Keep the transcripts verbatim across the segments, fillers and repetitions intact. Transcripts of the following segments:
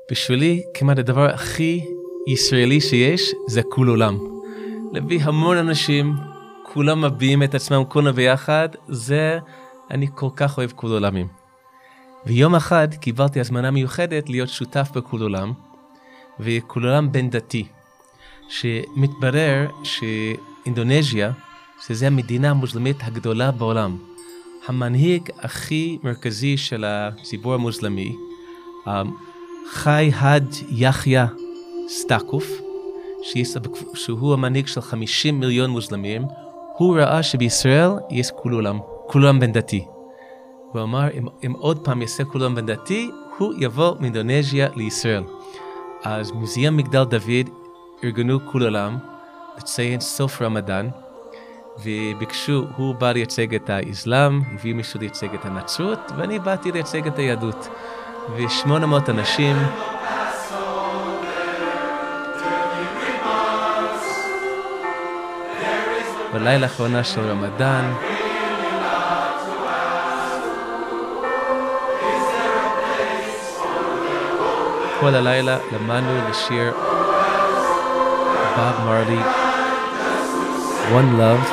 בשבילי, כמעט הדבר הכי ישראלי שיש, זה כול עולם. להביא המון אנשים, כולם מביעים את עצמם, כולם ביחד, זה, אני כל כך אוהב כול עולמים. ויום אחד קיבלתי הזמנה מיוחדת להיות שותף בכול עולם, וכול עולם בין דתי, שמתברר שאינדונזיה, שזו המדינה המוסלמית הגדולה בעולם, המנהיג הכי מרכזי של הציבור המוסלמי, חי הד יחיא סטקוף, שהוא המנהיג של חמישים מיליון מוסלמים, הוא ראה שבישראל יש כול עולם, כול עולם בין דתי. הוא אמר, אם, אם עוד פעם יעשה כול עולם בין דתי, הוא יבוא מאינדונזיה לישראל. אז מוזיאון מגדל דוד ארגנו כול עולם, לציין סוף רמדאן, וביקשו, הוא בא לייצג את האסלאם, הביאו מישהו לייצג את הנצרות, ואני באתי לייצג את היהדות. ושמונה מאות אנשים, בלילה האחרונה של רמדאן, כל הלילה למדנו לשיר בוב מרלי, One Love,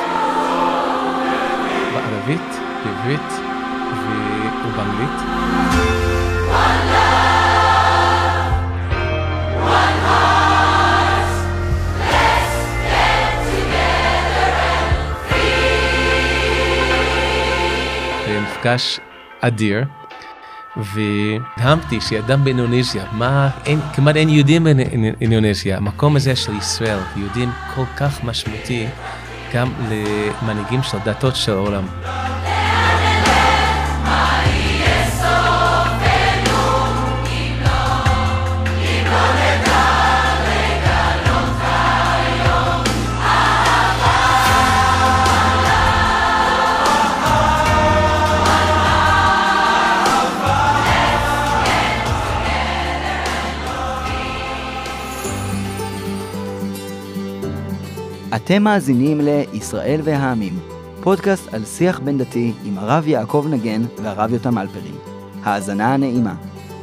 בערבית, בעברית ובאנגלית. One love, one heart, let's get together and free. זה מפגש אדיר, והדהמתי שאדם באינדונזיה, מה, אין, כמעט אין יהודים באינדונזיה, המקום הזה של ישראל, יהודים כל כך משמעותי, גם למנהיגים של דתות של העולם. אתם מאזינים לישראל והעמים, פודקאסט על שיח בין דתי עם הרב יעקב נגן והרב יותם אלפרין. האזנה נעימה.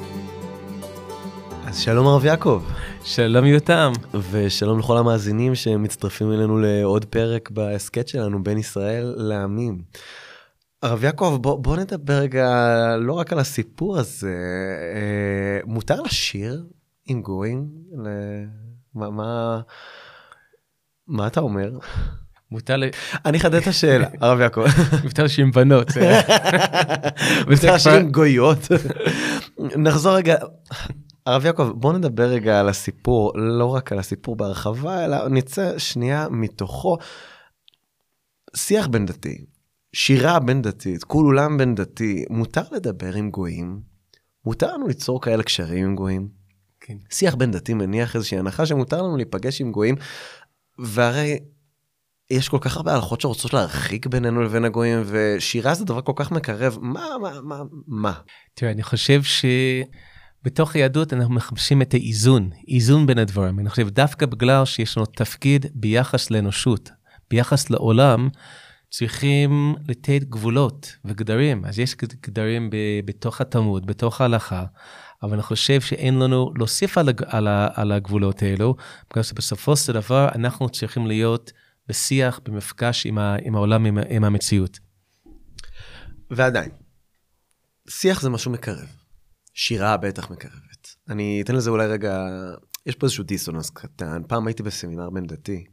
אז שלום הרב יעקב. שלום יותם. ושלום לכל המאזינים שמצטרפים אלינו לעוד פרק בהסקט שלנו בין ישראל לעמים. הרב יעקב, בוא, בוא נדבר רגע לא רק על הסיפור הזה, אה, מותר לשיר עם גויים? מה... מה... מה אתה אומר? מותר ל... אני חדד את השאלה, הרב יעקב. מותר לשיר עם בנות. מותר לשיר עם גויות. נחזור רגע. הרב יעקב, בוא נדבר רגע על הסיפור, לא רק על הסיפור בהרחבה, אלא נצא שנייה מתוכו. שיח בין דתי, שירה בין דתית, כול עולם בין דתי, מותר לדבר עם גויים? מותר לנו ליצור כאלה קשרים עם גויים? כן. שיח בין דתי מניח איזושהי הנחה שמותר לנו להיפגש עם גויים, והרי יש כל כך הרבה הלכות שרוצות להרחיק בינינו לבין הגויים, ושירה זה דבר כל כך מקרב. מה, מה, מה, מה? תראה, אני חושב שבתוך היהדות אנחנו מחפשים את האיזון, איזון בין הדברים. אני חושב דווקא בגלל שיש לנו תפקיד ביחס לאנושות, ביחס לעולם, צריכים לתת גבולות וגדרים. אז יש גדרים בתוך התלמוד, בתוך ההלכה, אבל אני חושב שאין לנו להוסיף על, על, על הגבולות האלו, בגלל שבסופו של דבר אנחנו צריכים להיות בשיח, במפגש עם, ה, עם העולם, עם, עם המציאות. ועדיין, שיח זה משהו מקרב. שירה בטח מקרבת. אני אתן לזה אולי רגע, יש פה איזשהו דיסוננס קטן. פעם הייתי בסמינר בין דתי,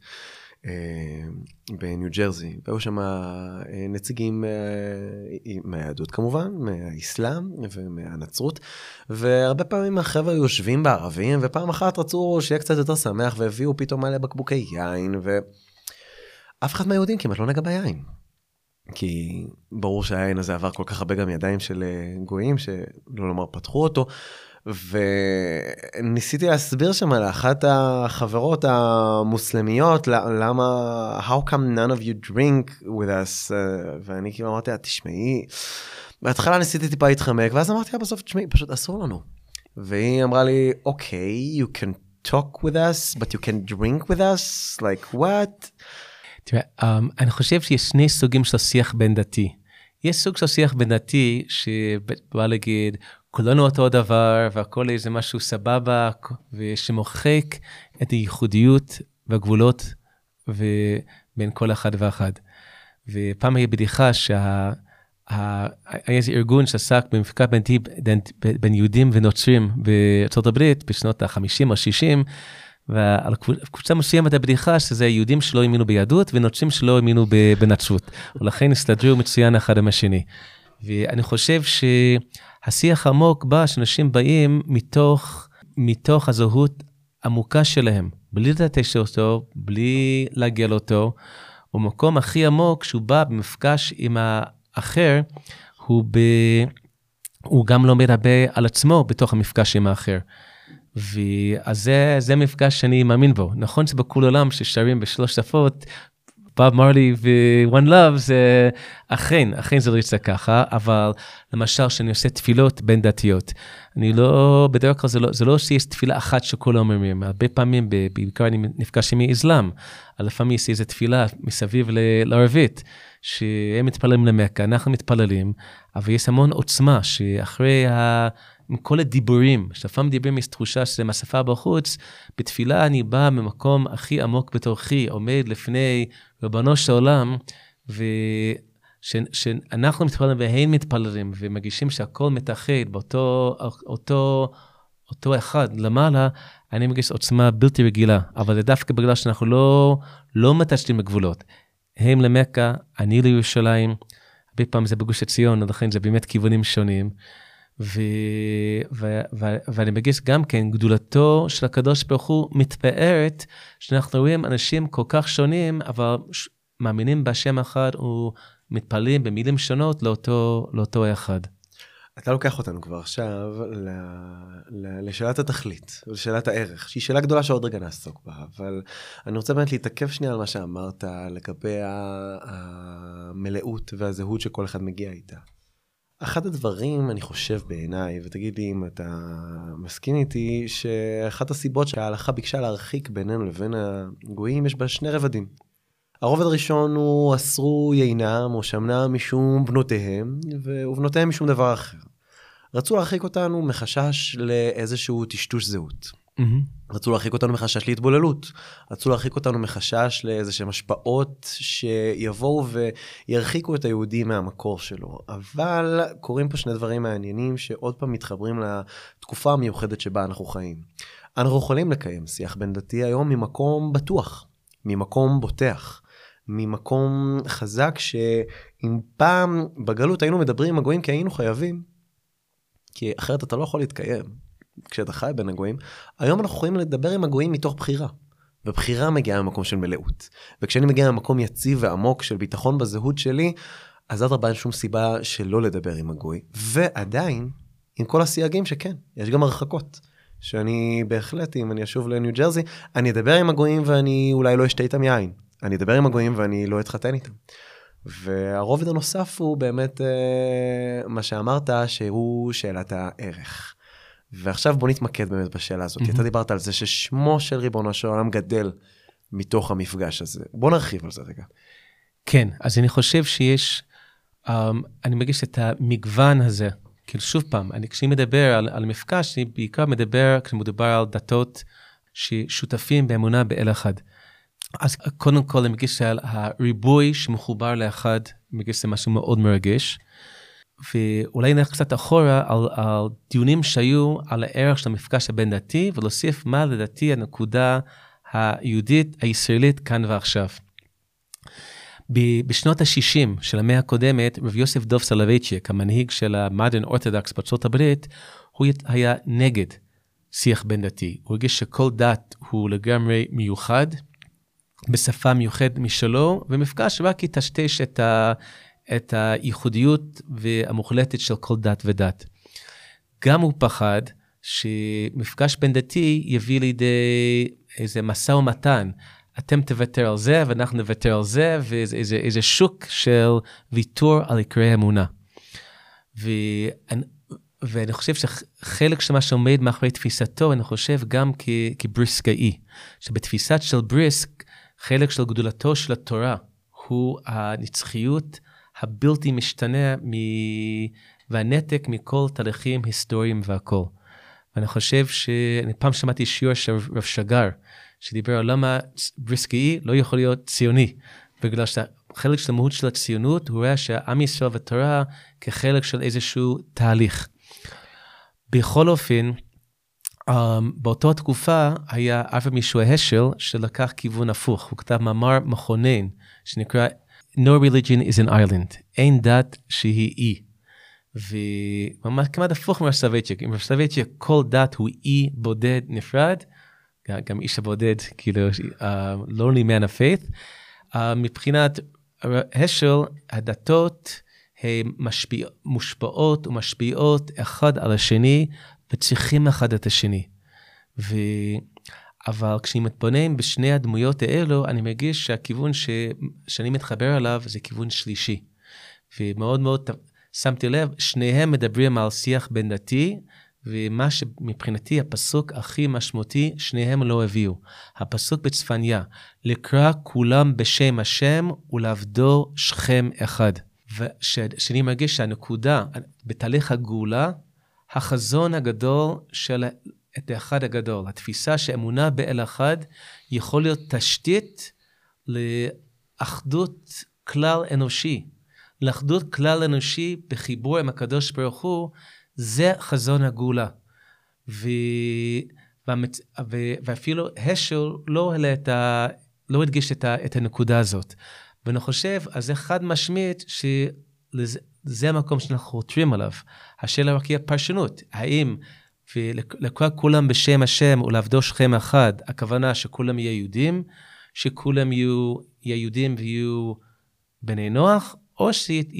בניו ג'רזי, והיו שם נציגים מהיהדות כמובן, מהאסלאם ומהנצרות, והרבה פעמים החבר'ה יושבים בערבים, ופעם אחת רצו שיהיה קצת יותר שמח, והביאו פתאום מלא בקבוקי יין, ואף אחד מהיהודים כמעט לא נגע ביין. כי ברור שהיין הזה עבר כל כך הרבה גם ידיים של גויים, שלא לומר פתחו אותו, וניסיתי להסביר שם לאחת החברות המוסלמיות, למה, how come none of you drink with us, ואני כאילו אמרתי, תשמעי, בהתחלה ניסיתי טיפה להתחמק, ואז אמרתי לה בסוף, תשמעי, פשוט אסור לנו. והיא אמרה לי, okay, you can talk with us, but you can drink with us, like what? תראה, um, אני חושב שיש שני סוגים של שיח בין דתי. יש סוג של שיח בין דתי שבא להגיד, כולנו אותו דבר, והכל איזה משהו סבבה, ושמוחק את הייחודיות והגבולות בין כל אחד ואחד. ופעם היה בדיחה שה... היה איזה ארגון שעסק במפקד בין, בין יהודים ונוצרים בארצות הברית בשנות ה-חמישים או שישים, ועל קבוצה מסוימת הבדיחה שזה יהודים שלא האמינו ביהדות ונוצרים שלא האמינו בנצרות, ולכן הסתדרו מצוין אחד עם השני. ואני חושב שהשיח העמוק בא שאנשים באים מתוך, מתוך הזהות עמוקה שלהם, בלי לטשטש אותו, בלי להגל אותו, ומקום הכי עמוק שהוא בא במפגש עם האחר, הוא, ב... הוא גם לומד הרבה על עצמו בתוך המפגש עם האחר. ואז זה, זה מפגש שאני מאמין בו. נכון שבכל עולם ששרים בשלוש שפות, בוב מרלי ו-One Love, זה אכן, אכן זה לא יצא ככה, אבל למשל שאני עושה תפילות בין דתיות, אני לא, בדרך כלל זה לא, זה לא שיש תפילה אחת שכולם אומרים, הרבה פעמים, בעיקר אני נפגש עם האסלאם, לפעמים יש איזו תפילה מסביב לערבית, שהם מתפללים למכה, אנחנו מתפללים, אבל יש המון עוצמה, שאחרי ה... עם כל הדיבורים, שלפעמים דיברים יש תחושה שזה מהשפה בחוץ, בתפילה אני בא ממקום הכי עמוק בתוכי, עומד לפני רבנו של עולם, ושאנחנו מתפללים והם מתפללים, ומגישים שהכל מתאחד באותו אותו, אותו אחד למעלה, אני מגיש עוצמה בלתי רגילה, אבל זה דווקא בגלל שאנחנו לא, לא מטשטשים בגבולות. הם למכה, אני לירושלים, הרבה פעמים זה בגוש הציון, לכן זה באמת כיוונים שונים, ו... ו... ו... ואני מגיש גם כן, גדולתו של הקדוש ברוך הוא מתפארת, שאנחנו רואים אנשים כל כך שונים, אבל ש... מאמינים בשם אחד, ומתפללים במילים שונות לאותו, לאותו אחד. אתה לוקח אותנו כבר עכשיו ל... ל... לשאלת התכלית, לשאלת הערך, שהיא שאלה גדולה שעוד רגע נעסוק בה, אבל אני רוצה באמת להתעכב שנייה על מה שאמרת, לגבי המלאות והזהות שכל אחד מגיע איתה. אחד הדברים, אני חושב בעיניי, ותגיד לי אם אתה מסכים איתי, שאחת הסיבות שההלכה ביקשה להרחיק בינינו לבין הגויים, יש בה שני רבדים. הרובד הראשון הוא אסרו יינם או שמנם משום בנותיהם, ובנותיהם משום דבר אחר. רצו להרחיק אותנו מחשש לאיזשהו טשטוש זהות. Mm-hmm. רצו להרחיק אותנו מחשש להתבוללות. רצו להרחיק אותנו מחשש לאיזשהם השפעות שיבואו וירחיקו את היהודי מהמקור שלו. אבל קורים פה שני דברים מעניינים שעוד פעם מתחברים לתקופה המיוחדת שבה אנחנו חיים. אנחנו יכולים לקיים שיח בין דתי היום ממקום בטוח, ממקום בוטח, ממקום חזק שאם פעם בגלות היינו מדברים עם הגויים כי היינו חייבים, כי אחרת אתה לא יכול להתקיים כשאתה חי בין הגויים, היום אנחנו יכולים לדבר עם הגויים מתוך בחירה, ובחירה מגיעה ממקום של מלאות, וכשאני מגיע ממקום יציב ועמוק של ביטחון בזהות שלי, אז עד רבה אין שום סיבה שלא לדבר עם הגוי, ועדיין עם כל הסייגים שכן, יש גם הרחקות, שאני בהחלט, אם אני אשוב לניו ג'רזי, אני אדבר עם הגויים ואני אולי לא אשתה איתם יין, אני אדבר עם הגויים ואני לא אתחתן איתם. והרובד הנוסף הוא באמת אה, מה שאמרת, שהוא שאלת הערך. ועכשיו בוא נתמקד באמת בשאלה הזאת. Mm-hmm. אתה דיברת על זה ששמו של ריבונו של עולם גדל מתוך המפגש הזה. בוא נרחיב על זה רגע. כן, אז אני חושב שיש, um, אני מגיש את המגוון הזה, כאילו שוב פעם, אני כשאני מדבר על, על מפגש, אני בעיקר מדבר, כשמדבר על דתות ששותפים באמונה באל אחד. אז קודם כל אני מגיש על הריבוי שמחובר לאחד, אני מגיש למשהו מאוד מרגש, ואולי נלך קצת אחורה על, על דיונים שהיו על הערך של המפגש הבין דתי, ולהוסיף מה לדעתי הנקודה היהודית הישראלית כאן ועכשיו. בשנות ה-שישים של המאה הקודמת, רב יוסף דוב סולובייצ'יק, המנהיג של המודרן אורתודוקס בארצות הברית, הוא היה נגד שיח בין דתי. הוא הרגיש שכל דת הוא לגמרי מיוחד, בשפה מיוחד משלו, ומפגש רק יטשטש את, ה, את הייחודיות והמוחלטת של כל דת ודת. גם הוא פחד שמפגש בין דתי יביא לידי איזה מסע ומתן, אתם תוותר על זה ואנחנו נוותר על זה, ואיזה איזה, איזה שוק של ויתור על עיקרי האמונה. ואני, ואני חושב שחלק של מה שעומד מאחורי תפיסתו, אני חושב גם כ, כבריסקאי, שבתפיסת של בריסק, חלק של גדולתו של התורה, הוא הנצחיות הבלתי משתנה והנתק מכל תהליכים היסטוריים והכל. ואני חושב שאני פעם שמעתי שיעור של רב שגר, שדיבר על למה בריסקאי לא יכול להיות ציוני, בגלל שחלק של המהות של הציונות, הוא רואה שהעם ישראל והתורה כחלק של איזשהו תהליך. בכל אופן, um, באותה תקופה היה אברהם ישוע השל שלקח כיוון הפוך, הוא כתב מאמר מכונן שנקרא No religion is in Ireland, אין דת שהיא אי. וממש כמעט הפוך מרב סולובייצ'יק, עם רב סולובייצ'יק כל דת הוא אי בודד נפרד, גם איש הבודד, כאילו, uh, lonely man of faith, uh, מבחינת השל, הדתות הן משפיע, מושפעות ומשפיעות אחד על השני, וצריכים אחד את השני. ו... אבל כשאני מתבונן בשני הדמויות האלו, אני מרגיש שהכיוון ש... שאני מתחבר עליו זה כיוון שלישי. ומאוד מאוד שמתי לב, שניהם מדברים על שיח בין דתי, ומה שמבחינתי הפסוק הכי משמעותי, שניהם לא הביאו. הפסוק בצפניה, לקרא כולם בשם השם ולעבדו שכם אחד. ושאני מרגיש שהנקודה, בתהליך הגאולה, החזון הגדול של את האחד הגדול, התפיסה שאמונה באל אחד, יכול להיות תשתית לאחדות כלל אנושי. לאחדות כלל אנושי בחיבור עם הקדוש ברוך הוא, זה חזון הגאולה. ו... והמת... ו... ואפילו השל לא, את ה... לא הדגיש את, ה... את הנקודה הזאת. ואני חושב, אז זה חד משמעית שזה המקום שאנחנו חותרים עליו. השאלה רק היא הפרשנות. האם ולקרוא כולם בשם השם ולעבדו שכם אחד, הכוונה שכולם יהיו יהודים, שכולם יהיו יהודים ויהיו בני נוח, או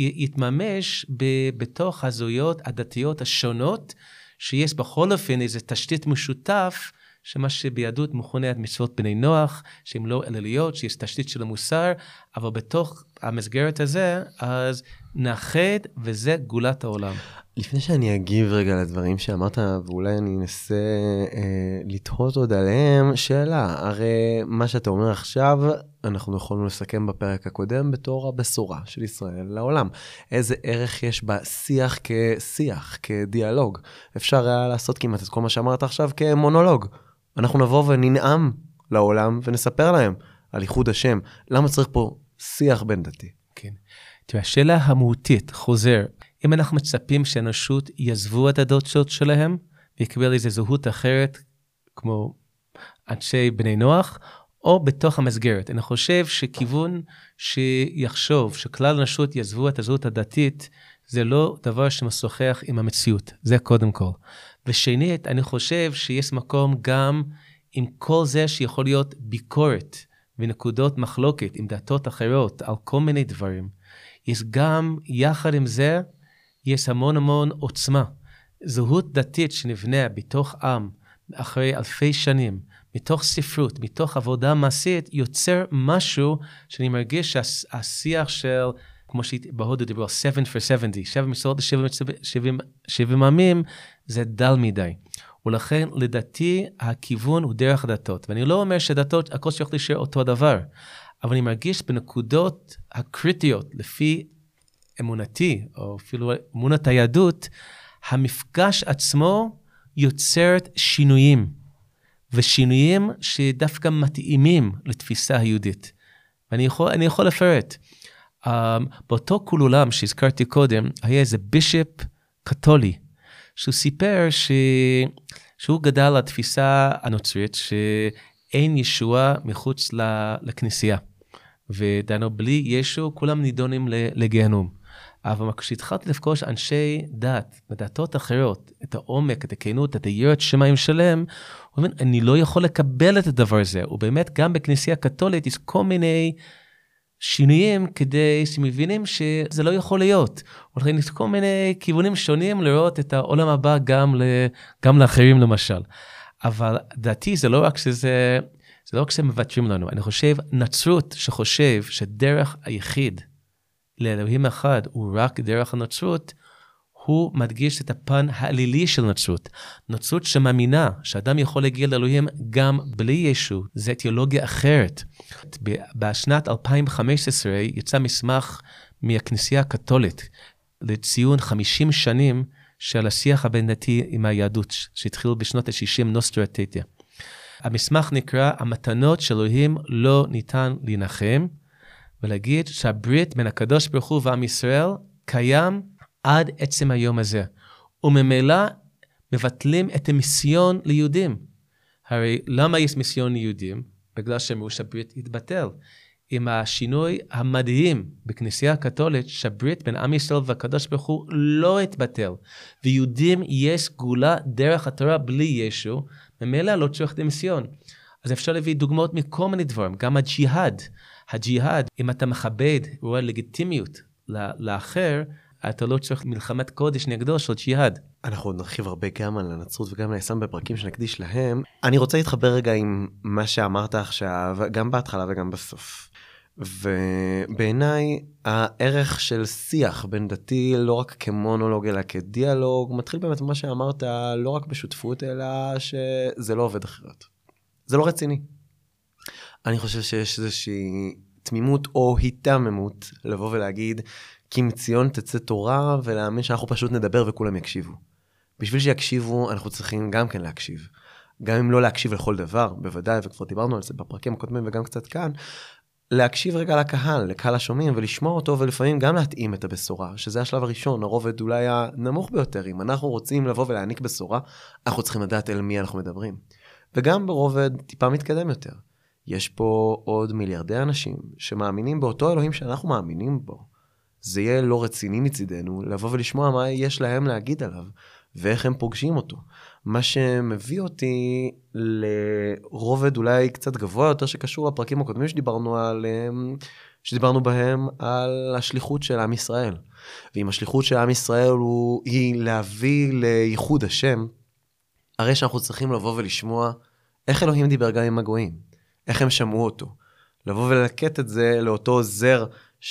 שיתממש בתוך הזהויות הדתיות השונות, שיש בכל אופן איזו תשתית משותף, שמה שביהדות מכונה את מצוות בני נוח, שהן לא אליליות, שיש תשתית של המוסר, אבל בתוך המסגרת הזה, אז נאחד, וזה גאולת העולם. לפני שאני אגיב רגע לדברים שאמרת, ואולי אני אנסה אה, לתהות עוד עליהם, שאלה, הרי מה שאתה אומר עכשיו, אנחנו יכולנו לסכם בפרק הקודם בתור הבשורה של ישראל לעולם. איזה ערך יש בשיח כשיח, כדיאלוג. אפשר היה לעשות כמעט את כל מה שאמרת עכשיו כמונולוג. אנחנו נבוא וננעם לעולם ונספר להם על ייחוד השם. למה צריך פה שיח בין דתי? כן. תראה, השאלה המהותית, חוזר, אם אנחנו מצפים שאנושות יעזבו את הדתות שלהם, ויקבל איזו זהות אחרת, כמו אנשי בני נוח, או בתוך המסגרת. אני חושב שכיוון שיחשוב שכלל אנושות יעזבו את הזהות הדתית, זה לא דבר שמשוחח עם המציאות. זה קודם כל. ושנית, אני חושב שיש מקום גם עם כל זה שיכול להיות ביקורת ונקודות מחלוקת עם דתות אחרות על כל מיני דברים. יש גם, יחד עם זה, יש המון המון עוצמה. זהות דתית שנבנה בתוך עם, אחרי אלפי שנים, מתוך ספרות, מתוך עבודה מעשית, יוצר משהו שאני מרגיש שהשיח של, כמו שבהודו דיברו, seven for seventy, שבע משרות לשבעים עמים, זה דל מדי. ולכן, לדעתי, הכיוון הוא דרך הדתות. ואני לא אומר שדתות, הכל שיכול להישאר אותו דבר, אבל אני מרגיש בנקודות הקריטיות, לפי אמונתי, או אפילו אמונת היהדות, המפגש עצמו יוצרת שינויים, ושינויים שדווקא מתאימים לתפיסה היהודית. ואני יכול, אני יכול לפרט. Um, באותו כל עולם שהזכרתי קודם, היה איזה בישופ קתולי, שהוא סיפר ש... שהוא גדל על התפיסה הנוצרית, שאין ישוע מחוץ לכנסייה. ודנו בלי ישו, כולם נידונים לגיהנום. אבל כשהתחלתי לפגוש אנשי דת, בדתות אחרות, את העומק, את הכנות, את היראת שמיים שלם, הוא אומר, אני לא יכול לקבל את הדבר הזה. ובאמת, גם בכנסייה הקתולית, יש כל מיני שינויים כדי שמבינים שזה לא יכול להיות. ולכן יש כל מיני כיוונים שונים לראות את העולם הבא גם, ל, גם לאחרים למשל. אבל דעתי זה לא רק שזה, זה לא רק שמוותרים לנו. אני חושב, נצרות שחושב שדרך היחיד לאלוהים אחד הוא רק דרך הנצרות, הוא מדגיש את הפן העלילי של נצרות. נצרות שמאמינה שאדם יכול להגיע לאלוהים גם בלי ישו, זה תיאולוגיה אחרת. בשנת אלפיים וחמש עשרה יצא מסמך מהכנסייה הקתולית, לציון חמישים שנים של השיח הבין-דתי עם היהדות, שהתחיל בשנות ה-שישים נוסטרה אתתיה. המסמך נקרא, המתנות של אלוהים לא ניתן להנחם, ולהגיד שהברית בין הקדוש ברוך הוא ועם ישראל קיים עד עצם היום הזה. וממילא מבטלים את המיסיון ליהודים. הרי למה יש מיסיון ליהודים? בגלל שאמרו שהברית התבטל. עם השינוי המדהים בכנסייה הקתולית, שהברית בין עם ישראל והקדוש ברוך הוא לא התבטל. ויהודים יש סגולה דרך התורה בלי ישו, ממילא לא צריך את המיסיון. אז אפשר להביא דוגמאות מכל מיני דברים, גם הג'יהאד. הג'יהאד, אם אתה מכבד, רואה לגיטימיות לאחר, אתה לא צריך מלחמת קודש נגדו של ג'יהאד. אנחנו עוד נרחיב הרבה גם על הנצרות וגם לאסלאם בפרקים שנקדיש להם. אני רוצה להתחבר רגע עם מה שאמרת עכשיו, גם בהתחלה וגם בסוף. ובעיניי הערך של שיח בין דתי לא רק כמונולוג אלא כדיאלוג, מתחיל באמת מה שאמרת לא רק בשותפות אלא שזה לא עובד אחרת. זה לא רציני. אני חושב שיש איזושהי תמימות או היתממות לבוא ולהגיד כי מציון תצא תורה ולהאמין שאנחנו פשוט נדבר וכולם יקשיבו. בשביל שיקשיבו אנחנו צריכים גם כן להקשיב. גם אם לא להקשיב לכל דבר, בוודאי, וכבר דיברנו על זה בפרקים הקודמים וגם קצת כאן, להקשיב רגע לקהל, לקהל השומעים ולשמוע אותו ולפעמים גם להתאים את הבשורה, שזה השלב הראשון, הרובד אולי הנמוך ביותר. אם אנחנו רוצים לבוא ולהעניק בשורה, אנחנו צריכים לדעת אל מי אנחנו מדברים. וגם ברובד טיפה מתקדם יותר. יש פה עוד מיליארדי אנשים שמאמינים באותו אלוהים שאנחנו מאמינים בו. זה יהיה לא רציני מצידנו לבוא ולשמוע מה יש להם להגיד עליו ואיך הם פוגשים אותו. מה שמביא אותי לרובד אולי קצת גבוה יותר שקשור לפרקים הקודמים שדיברנו עליהם, שדיברנו בהם על השליחות של עם ישראל. ואם השליחות של עם ישראל הוא, היא להביא לייחוד השם, הרי שאנחנו צריכים לבוא ולשמוע איך אלוהים דיבר גם עם הגויים, איך הם שמעו אותו. לבוא ולקט את זה לאותו זר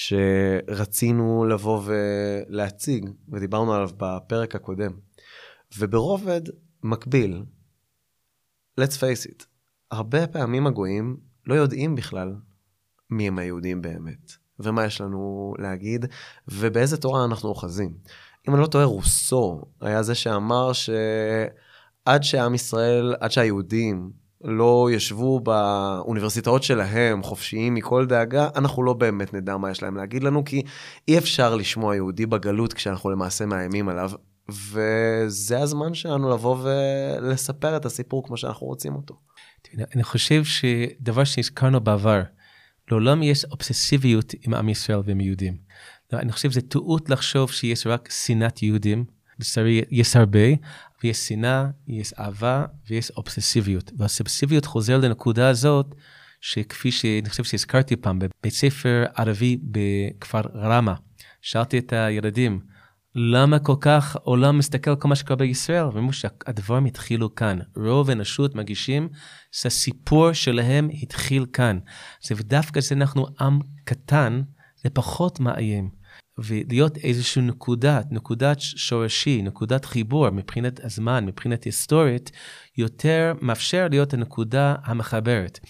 שרצינו לבוא ולהציג, ודיברנו עליו בפרק הקודם. וברובד מקביל, let's face it, הרבה פעמים הגויים לא יודעים בכלל מי הם היהודים באמת, ומה יש לנו להגיד, ובאיזה תורה אנחנו אוחזים. אם אני לא טועה, רוסו היה זה שאמר שעד שעם ישראל, עד שהיהודים לא ישבו באוניברסיטאות שלהם חופשיים מכל דאגה, אנחנו לא באמת נדע מה יש להם להגיד לנו, כי אי אפשר לשמוע יהודי בגלות כשאנחנו למעשה מאיימים עליו, וזה הזמן שלנו לבוא ולספר את הסיפור כמו שאנחנו רוצים אותו. אני חושב שדבר שהזכרנו בעבר, לעולם יש אובססיביות עם עם ישראל ועם יהודים. אני חושב שזה טעות לחשוב שיש רק שנאת יהודים, יש הרבה, ויש שנאה, יש אהבה, ויש אובססיביות. והאובססיביות חוזר לנקודה הזאת, שכפי שאני חושב שהזכרתי פעם, בבית ספר ערבי בכפר רמה, שאלתי את הילדים, למה כל כך עולם מסתכל על כל מה שקורה בישראל? ואמרו שהדברים התחילו כאן. רוב האנושות מגישים שהסיפור שלהם התחיל כאן. זה ודווקא זה אנחנו עם קטן, זה פחות מאיים. ולהיות איזושהי נקודת, נקודת שורשי, נקודת חיבור מבחינת הזמן, מבחינת היסטורית, יותר מאפשר להיות הנקודה המחברת.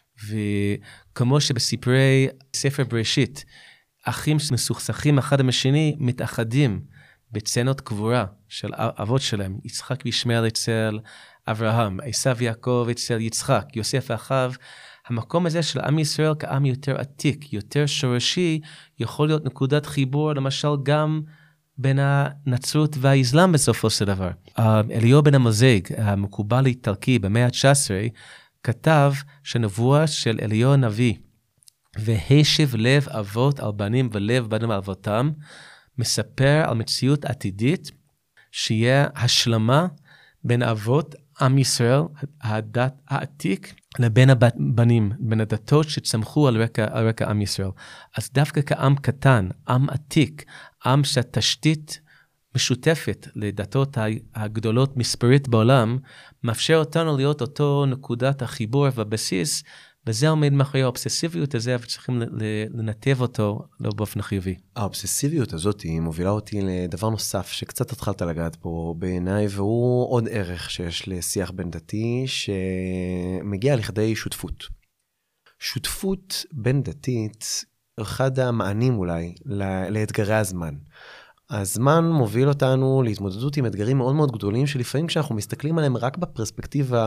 וכמו שבספרי ספר בראשית, אחים מסוכסכים אחד עם השני מתאחדים בצנות קבורה של אבות שלהם, יצחק וישמעאל אצל אברהם, עשיו ויעקב אצל יצחק, יוסף ואחיו. המקום הזה של עם ישראל כעם יותר עתיק, יותר שורשי, יכול להיות נקודת חיבור, למשל גם בין הנצרות והאסלאם בסופו של דבר. אליהו בן אמוזג, המקובל איטלקי במאה ה-תשע עשרה, כתב שנבואה של אליהו הנביא, והשב לב אבות על בנים ולב בנים על אבותם, מספר על מציאות עתידית, שיהיה השלמה בין אבות עם ישראל, הדת העתיק, לבין הבנים, בין הדתות שצמחו על רקע, על רקע עם ישראל. אז דווקא כעם קטן, עם עתיק, עם שהתשתית משותפת לדתות הגדולות מספרית בעולם, מאפשר אותנו להיות אותו נקודת החיבור והבסיס, וזה עומד מאחורי האובססיביות הזה, וצריכים לנתב אותו לא באופן חיובי. האובססיביות הזאת היא מובילה אותי לדבר נוסף, שקצת התחלת לגעת פה בעיניי, והוא עוד ערך שיש לשיח בין דתי, שמגיע לכדי שותפות. שותפות בין דתית, אחד המענים אולי לאתגרי הזמן. הזמן מוביל אותנו להתמודדות עם אתגרים מאוד מאוד גדולים, שלפעמים כשאנחנו מסתכלים עליהם רק בפרספקטיבה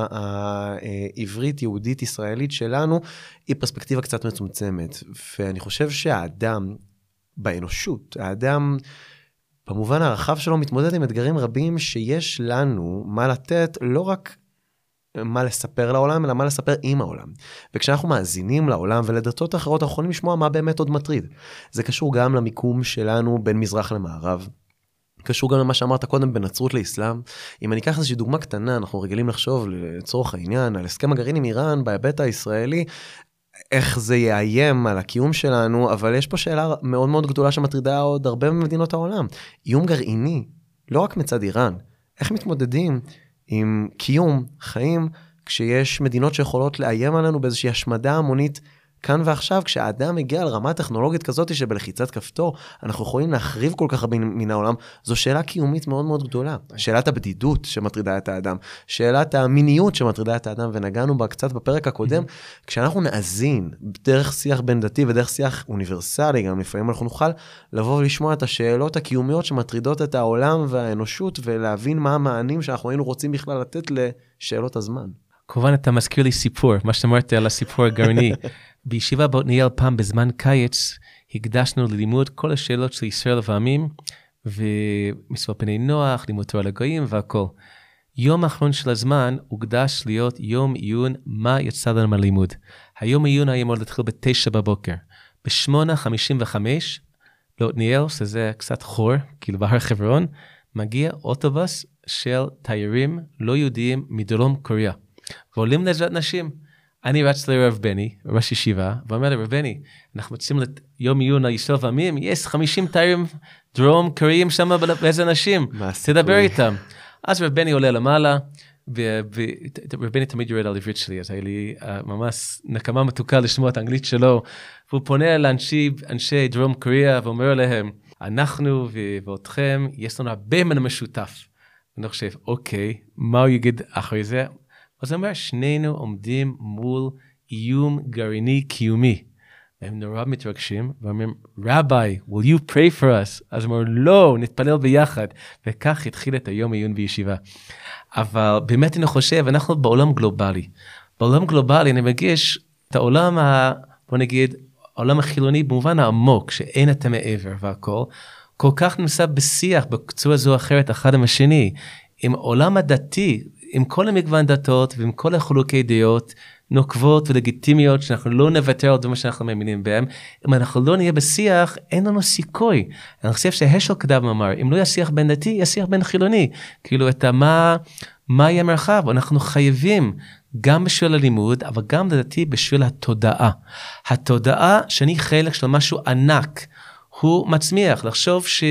העברית, יהודית, ישראלית שלנו, היא פרספקטיבה קצת מצומצמת. ואני חושב שהאדם באנושות, האדם במובן הרחב שלו מתמודד עם אתגרים רבים שיש לנו מה לתת, לא רק מה לספר לעולם, אלא מה לספר עם העולם. וכשאנחנו מאזינים לעולם ולדתות אחרות, אנחנו יכולים לשמוע מה באמת עוד מטריד. זה קשור גם למיקום שלנו בין מזרח למערב. קשור גם למה שאמרת קודם בין נצרות לאסלאם. אם אני אקח איזושהי דוגמה קטנה, אנחנו רגילים לחשוב לצורך העניין על הסכם הגרעין עם איראן בהיבט הישראלי, איך זה יאיים על הקיום שלנו, אבל יש פה שאלה מאוד מאוד גדולה שמטרידה עוד הרבה ממדינות העולם. איום גרעיני, לא רק מצד איראן. איך מתמודדים עם קיום, חיים, כשיש מדינות שיכולות לאיים עלינו באיזושהי השמדה המונית כאן ועכשיו, כשהאדם מגיע על רמה טכנולוגית כזאת שבלחיצת כפתור, אנחנו יכולים להחריב כל כך הרבה מן העולם, זו שאלה קיומית מאוד מאוד גדולה. שאלת הבדידות שמטרידה את האדם, שאלת המיניות שמטרידה את האדם, ונגענו בה קצת בפרק הקודם, כשאנחנו נאזין דרך שיח בין דתי ודרך שיח אוניברסלי, גם לפעמים אנחנו נוכל לבוא ולשמוע את השאלות הקיומיות שמטרידות את העולם והאנושות, ולהבין מה המענים שאנחנו היינו רוצים בכלל לתת לשאלות הזמן. כמובן אתה מזכיר לי סיפור, מה שאמרת על הסיפור הגרעיני. בישיבה בעתניאל פעם בזמן קיץ, הקדשנו ללימוד כל השאלות של ישראל והעמים, ומצוות בני נוח, לימוד תורה לגויים והכל. יום האחרון של הזמן הוקדש להיות יום עיון מה יצא לנו מהלימוד. היום עיון היה אמור להתחיל בתשע בבוקר. בשמונה חמישים וחמש, לעתניאל, שזה קצת חור, כאילו בהר חברון, מגיע אוטובוס של תיירים לא יהודיים מדרום קוריאה. ועולים לעזרת נשים. אני רץ לרב בני, ראש ישיבה, ואומר לרב בני, אנחנו מוצאים ליום עיון הישראל והעמים, יש חמישים תיירים דרום קוריאים שם באיזה נשים, תדבר איתם. אז רב בני עולה למעלה, ורב בני תמיד יורד על עברית שלי, אז היה לי ממש נקמה מתוקה לשמוע את האנגלית שלו, והוא פונה לאנשי דרום קוריאה, ואומר להם, אנחנו ואותכם, יש לנו הרבה מן המשותף. ואני חושב, אוקיי, מה הוא יגיד אחרי זה? אז הוא אומר, שנינו עומדים מול איום גרעיני קיומי. והם נורא מתרגשים, ואומרים, רבי, will you pray for us? אז הוא אומר, לא, נתפלל ביחד. וכך התחיל את היום עיון בישיבה. אבל באמת אני חושב, אנחנו בעולם גלובלי. בעולם גלובלי אני מגיש את העולם, ה, בוא נגיד, העולם החילוני במובן העמוק, שאין את המעבר והכל, כל כך נמצא בשיח בקצוע זו או אחרת אחד עם השני, עם עולם הדתי, עם כל המגוון דתות ועם כל החילוקי דעות נוקבות ולגיטימיות שאנחנו לא נוותר על מה שאנחנו מאמינים בהם. אם אנחנו לא נהיה בשיח, אין לנו סיכוי. אני חושב שהשל קדם אמר, אם לא יהיה שיח בין דתי, יהיה שיח בין חילוני. כאילו את מה, מה יהיה מרחב? אנחנו חייבים גם בשביל הלימוד, אבל גם לדעתי בשביל התודעה. התודעה שאני חלק של משהו ענק, הוא מצמיח לחשוב ש...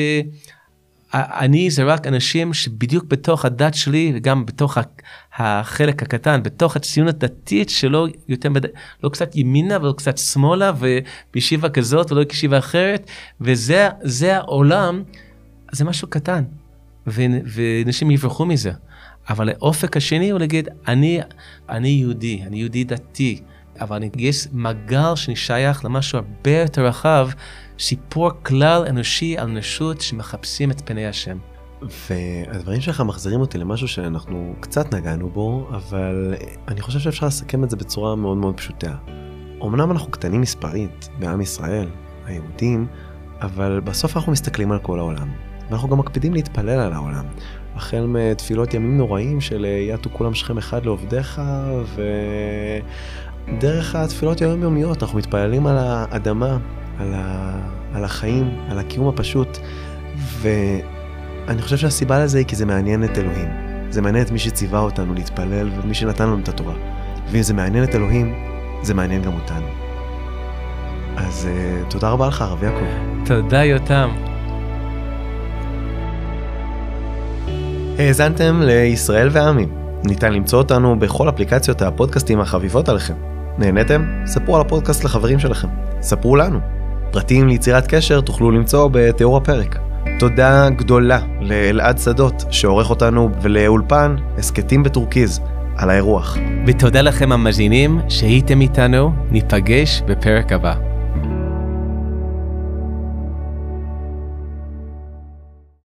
אני זה רק אנשים שבדיוק בתוך הדת שלי, וגם בתוך החלק הקטן, בתוך הציונות הדתית שלא יותר, לא קצת ימינה ולא קצת שמאלה, ובישיבה כזאת ולא ישיבה אחרת, וזה זה העולם, זה משהו קטן, ואנשים יברחו מזה. אבל האופק השני הוא להגיד, אני, אני יהודי, אני יהודי דתי, אבל אני, יש מגל שאני שייך למשהו הרבה יותר רחב, סיפור כלל אנושי על נשות שמחפשים את פני השם. והדברים שלך מחזירים אותי למשהו שאנחנו קצת נגענו בו, אבל אני חושב שאפשר לסכם את זה בצורה מאוד מאוד פשוטה. אמנם אנחנו קטנים מספרית בעם ישראל, היהודים, אבל בסוף אנחנו מסתכלים על כל העולם. ואנחנו גם מקפידים להתפלל על העולם. החל מתפילות ימים נוראים של יתו כולם שכם אחד לעובדיך, ודרך התפילות היומיומיות אנחנו מתפללים על האדמה, על, ה... על החיים, על הקיום הפשוט, ואני חושב שהסיבה לזה היא כי זה מעניין את אלוהים. זה מעניין את מי שציווה אותנו להתפלל ומי שנתן לנו את התורה. ואם זה מעניין את אלוהים, זה מעניין גם אותנו. אז uh, תודה רבה לך, הרב יעקב. תודה יותם. האזנתם לישראל והעמים. ניתן למצוא אותנו בכל אפליקציות הפודקאסטים החביבות עליכם. נהניתם? ספרו על הפודקאסט לחברים שלכם. ספרו לנו. פרטים ליצירת קשר תוכלו למצוא בתיאור הפרק. תודה גדולה לאלעד שדות שעורך אותנו, ולאולפן הסקטים בטורקיז על האירוח. ותודה לכם המאזינים שהייתם איתנו, ניפגש בפרק הבא.